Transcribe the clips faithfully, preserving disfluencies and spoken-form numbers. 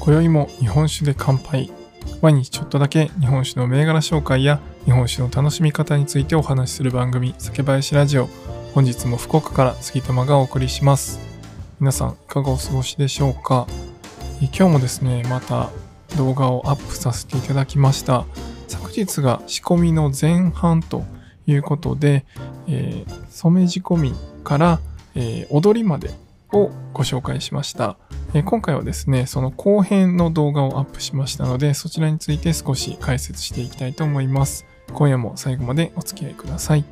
今宵も日本酒で乾杯。毎日ちょっとだけ日本酒の銘柄紹介や日本酒の楽しみ方についてお話しする番組、酒林ラジオ。本日も福岡から杉玉がお送りします。皆さんいかがお過ごしでしょうか。え今日もですね、また動画をアップさせていただきました。昨日が仕込みの前半ということで、えー、染め仕込みから、えー、踊りまでをご紹介しました。えー、今回はですね、その後編の動画をアップしましたので、そちらについて少し解説していきたいと思います。今夜も最後までお付き合いください。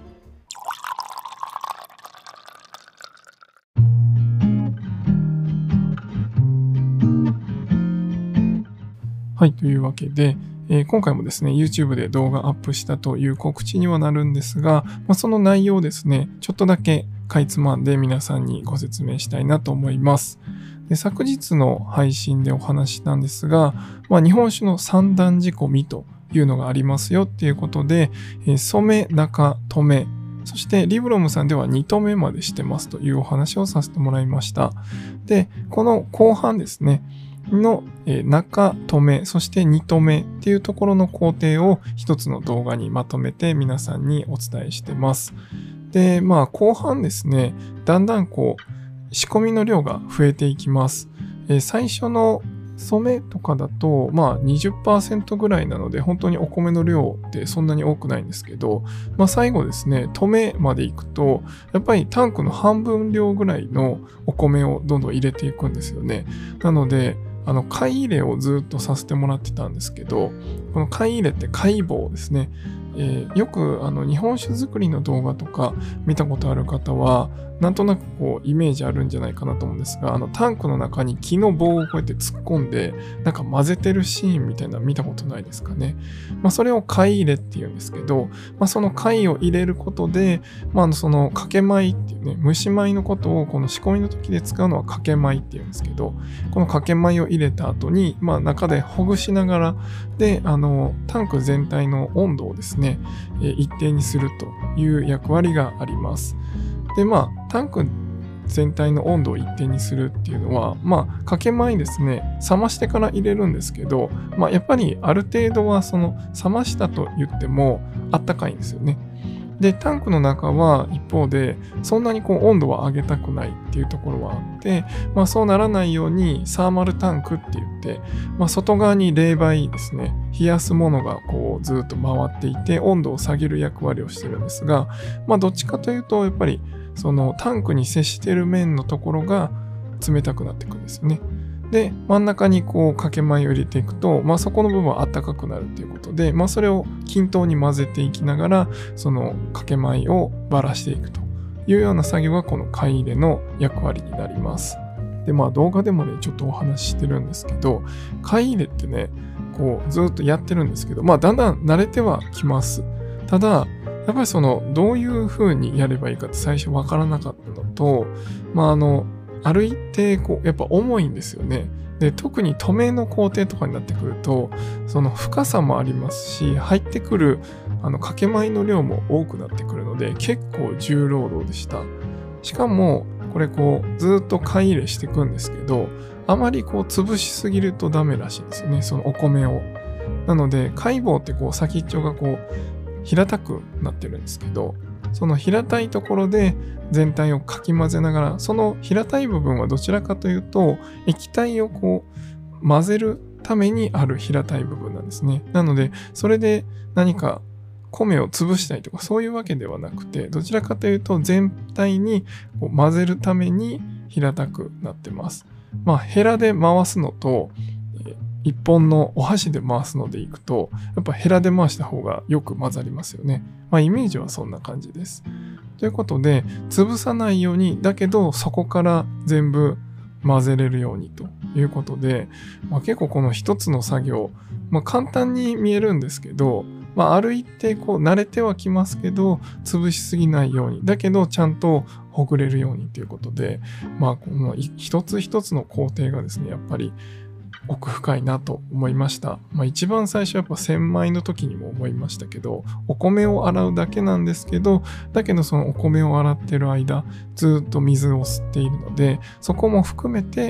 はい、というわけで、えー、今回もですね、YouTube で動画アップしたという告知にはなるんですが、まあ、その内容をですね、ちょっとだけかいつまんで皆さんにご説明したいなと思います。で昨日の配信でお話ししたんですが、まあ、日本酒の三段仕込みというのがありますよっていうことで、えー、染め、中、留め、そしてリブロムさんではに留めまでしてますというお話をさせてもらいました。で、この後半ですね、の、えー、中留め、そしてに留めっていうところの工程を一つの動画にまとめて皆さんにお伝えしてます。で、まあ後半ですね、だんだんこう仕込みの量が増えていきます。えー、最初の染めとかだとまあ にじゅっパーセント ぐらいなので本当にお米の量ってそんなに多くないんですけど、まあ最後ですね、留めまでいくとやっぱりタンクの半分量ぐらいのお米をどんどん入れていくんですよね。なのであの貝入れをずっとさせてもらってたんですけど、この貝入れって貝棒ですね。えー、よくあの日本酒作りの動画とか見たことある方はなんとなくこうイメージあるんじゃないかなと思うんですが、あのタンクの中に木の棒をこうやって突っ込んでなんか混ぜてるシーンみたいなの見たことないですかね。まあそれを貝入れって言うんですけど、まあその貝を入れることで、まあその掛け米っていうね、蒸し米のことをこの仕込みの時で使うのは掛け米って言うんですけど、この掛け米を入れた後にまあ中でほぐしながらで、あのタンク全体の温度をですね、え一定にするという役割があります。でまあタンク全体の温度を一定にするっていうのはまあ掛け米ですね、冷ましてから入れるんですけど、まあやっぱりある程度はその冷ましたと言ってもあったかいんですよね。でタンクの中は一方でそんなにこう温度は上げたくないっていうところはあって、まあそうならないようにサーマルタンクって言って、まあ、外側に冷媒ですね、冷やすものがこうずっと回っていて温度を下げる役割をしてるんですが、まあどっちかというとやっぱりそのタンクに接している面のところが冷たくなっていくんですよね。で真ん中にこう掛け米を入れていくと、まあ、そこの部分は暖かくなるということで、まあ、それを均等に混ぜていきながらその掛け米をばらしていくというような作業がこの貝入れの役割になります。でまあ動画でもねちょっとお話ししてるんですけど、貝入れってねこうずっとやってるんですけど、まあだんだん慣れてはきます。ただやっぱりそのどういう風にやればいいかって最初わからなかったのと、まああのある一定こうやっぱ重いんですよね。で特に留めの工程とかになってくるとその深さもありますし、入ってくるあの掛け米の量も多くなってくるので結構重労働でした。しかもこれこうずっと貝入れしていくんですけど、あまりこう潰しすぎるとダメらしいんですよね、そのお米を。なので貝棒ってこう先っちょがこう平たくなってるんですけど、その平たいところで全体をかき混ぜながら、その平たい部分はどちらかというと液体をこう混ぜるためにある平たい部分なんですね。なのでそれで何か米を潰したりとかそういうわけではなくて、どちらかというと全体にこう混ぜるために平たくなってます。まあヘラで回すのと一本のお箸で回すのでいくとやっぱヘラで回した方がよく混ざりますよね。まあイメージはそんな感じです。ということで潰さないようにだけどそこから全部混ぜれるようにということで、まあ、結構この一つの作業、まあ、簡単に見えるんですけど、まあ、ある一定こう慣れてはきますけど潰しすぎないようにだけどちゃんとほぐれるようにということで、まあこの一つ一つの工程がですねやっぱり奥深いなと思いました。まあ、一番最初やっぱ洗米の時にも思いましたけど、お米を洗うだけなんですけど、だけどそのお米を洗ってる間ずっと水を吸っているので、そこも含めて、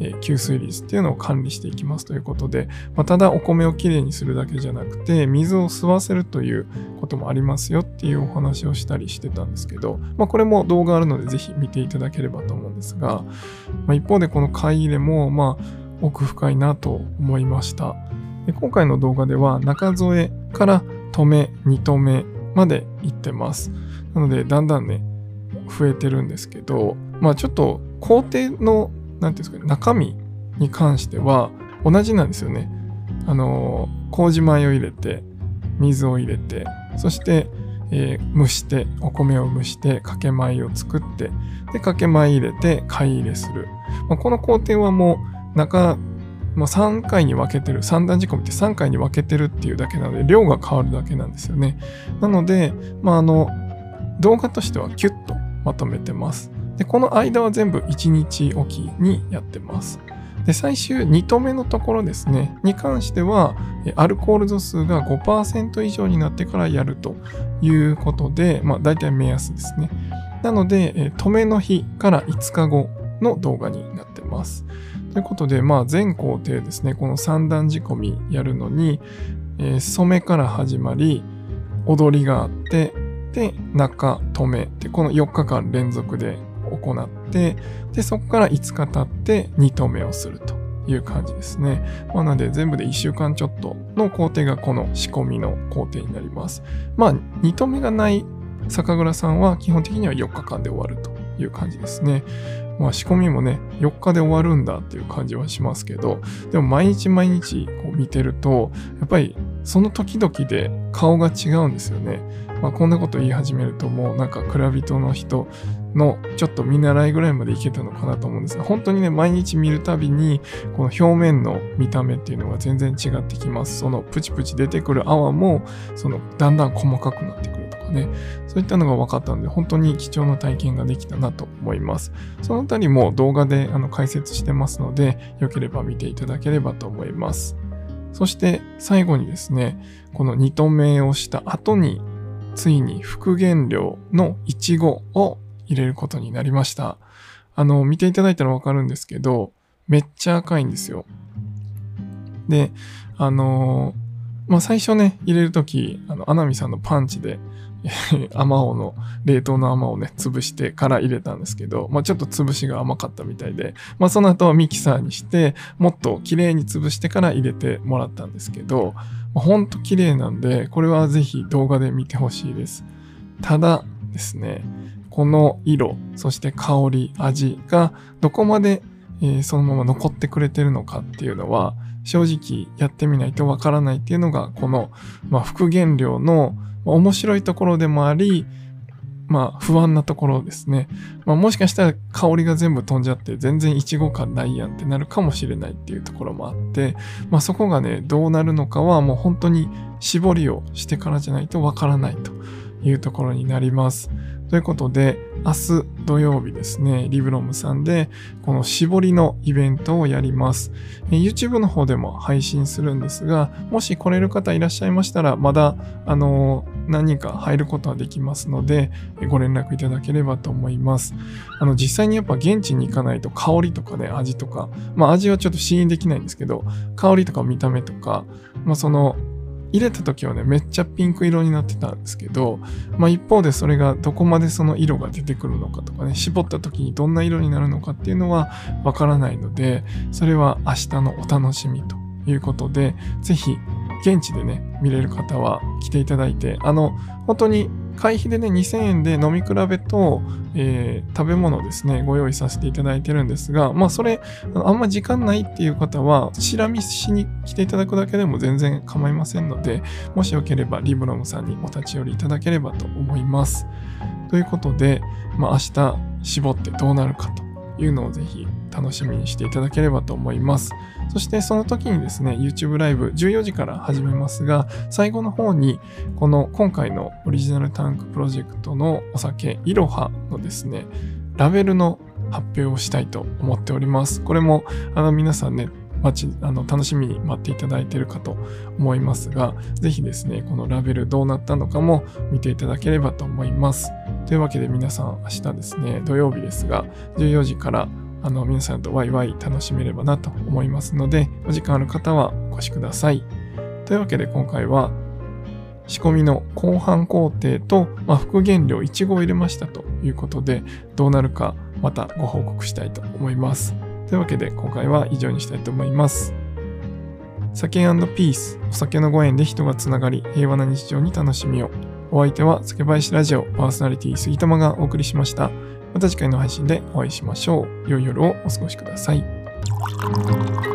えー、吸水率っていうのを管理していきますということで、まあ、ただお米をきれいにするだけじゃなくて、水を吸わせるということもありますよっていうお話をしたりしてたんですけど、まあ、これも動画あるのでぜひ見ていただければと思うんですが、まあ、一方でこの買い入れも、まあ、奥深いなと思いました。で今回の動画では中添えから留め、に留めまで行ってます。なのでだんだんね、増えてるんですけど、まあちょっと工程の、なんていうんですかね、中身に関しては同じなんですよね。あのー、麹米を入れて、水を入れて、そして、えー、蒸して、お米を蒸して、かけ米を作って、で、かけ米入れて、買い入れする。まあ、この工程はもう、中、まあ、さんかいに分けてる、三段仕込みってさんかいに分けてるっていうだけなので、量が変わるだけなんですよね。なので、まあ、あの、動画としてはキュッとまとめてます。で、この間は全部いちにちおきにやってます。で、最終に留めのところですね、に関しては、アルコール度数が ごパーセント 以上になってからやるということで、まあ、大体目安ですね。なので、留めの日からいつかごの動画になってます。ということで、まあ、全工程ですね、この三段仕込みやるのに、えー、染めから始まり、踊りがあって、で、中、留めで、このよっかかん連続で行って、で、そこからいつか経ってに留めをするという感じですね。まあ、なので、全部でいっしゅうかんちょっとの工程がこの仕込みの工程になります。まあ、に留めがない酒蔵さんは基本的にはよっかかんで終わるという感じですね。まあ仕込みもね、よっかで終わるんだっていう感じはしますけど、でも毎日毎日こう見てると、やっぱりその時々で顔が違うんですよね。まあこんなこと言い始めるともうなんか蔵人の人のちょっと見習いぐらいまでいけたのかなと思うんですが、本当にね、毎日見るたびにこの表面の見た目っていうのが全然違ってきます。そのプチプチ出てくる泡も、そのだんだん細かくなってくるとかね、そういったのが分かったので、本当に貴重な体験ができたなと思います。そのあたりも動画であの解説してますので、よければ見ていただければと思います。そして最後にですね、このに留めをした後に、ついに副原料のいちごを入れることになりました。あの、見ていただいたらわかるんですけど、めっちゃ赤いんですよ。で、あのー、まあ、最初ね、入れるとき、あの、アナミさんのパンチで、あまおうの、冷凍のあまおうね、潰してから入れたんですけど、まあ、ちょっと潰しが甘かったみたいで、まあ、その後はミキサーにして、もっと綺麗に潰してから入れてもらったんですけど、まあ、ほんと綺麗なんで、これはぜひ動画で見てほしいです。ただですね、この色、そして香り、味がどこまで、えー、そのまま残ってくれてるのかっていうのは、正直やってみないとわからないっていうのが、この、まあ、副原料の面白いところでもあり、まあ不安なところですね。まあもしかしたら香りが全部飛んじゃって全然イチゴ感ないやんってなるかもしれないっていうところもあって、まあそこがね、どうなるのかはもう本当に絞りをしてからじゃないとわからないというところになります。ということで、明日土曜日ですね、リブロムさんでこの絞りのイベントをやります。YouTube の方でも配信するんですが、もし来れる方いらっしゃいましたら、まだ、あのー、何人か入ることはできますので、ご連絡いただければと思います。あの、実際にやっぱ現地に行かないと香りとかね、味とか、まあ味はちょっと試飲できないんですけど、香りとか見た目とか、まあその、入れた時はね、めっちゃピンク色になってたんですけど、まあ一方でそれがどこまでその色が出てくるのかとかね、絞った時にどんな色になるのかっていうのはわからないので、それは明日のお楽しみということで、ぜひ現地でね、見れる方は来ていただいて、あの、本当に会費でね、にせんえんで飲み比べと、えー、食べ物ですね、ご用意させていただいてるんですが、まあそれ、あんま時間ないっていう方は、チラ見しに来ていただくだけでも全然構いませんので、もしよければリブロムさんにお立ち寄りいただければと思います。ということで、まあ明日絞ってどうなるかというのをぜひ楽しみにしていただければと思います。そしてその時にですね、YouTube ライブじゅうよじから始めますが、最後の方にこの今回のオリジナルタンクプロジェクトのお酒いろはのですね、ラベルの発表をしたいと思っております。これもあの皆さんね、待ち、あの楽しみに待っていただいているかと思いますが、ぜひですね、このラベルどうなったのかも見ていただければと思います。というわけで皆さん明日ですね、土曜日ですが、じゅうよじからあの皆さんとワイワイ楽しめればなと思いますので、お時間ある方はお越しください。というわけで今回は仕込みの後半工程と、まあ、副原料いちごを入れましたということで、どうなるかまたご報告したいと思います。というわけで今回は以上にしたいと思います。酒&ピース、お酒のご縁で人がつながり、平和な日常に楽しみを。お相手は酒林ラジオパーソナリティ杉玉がお送りしました。また次回の配信でお会いしましょう。良い夜をお過ごしください。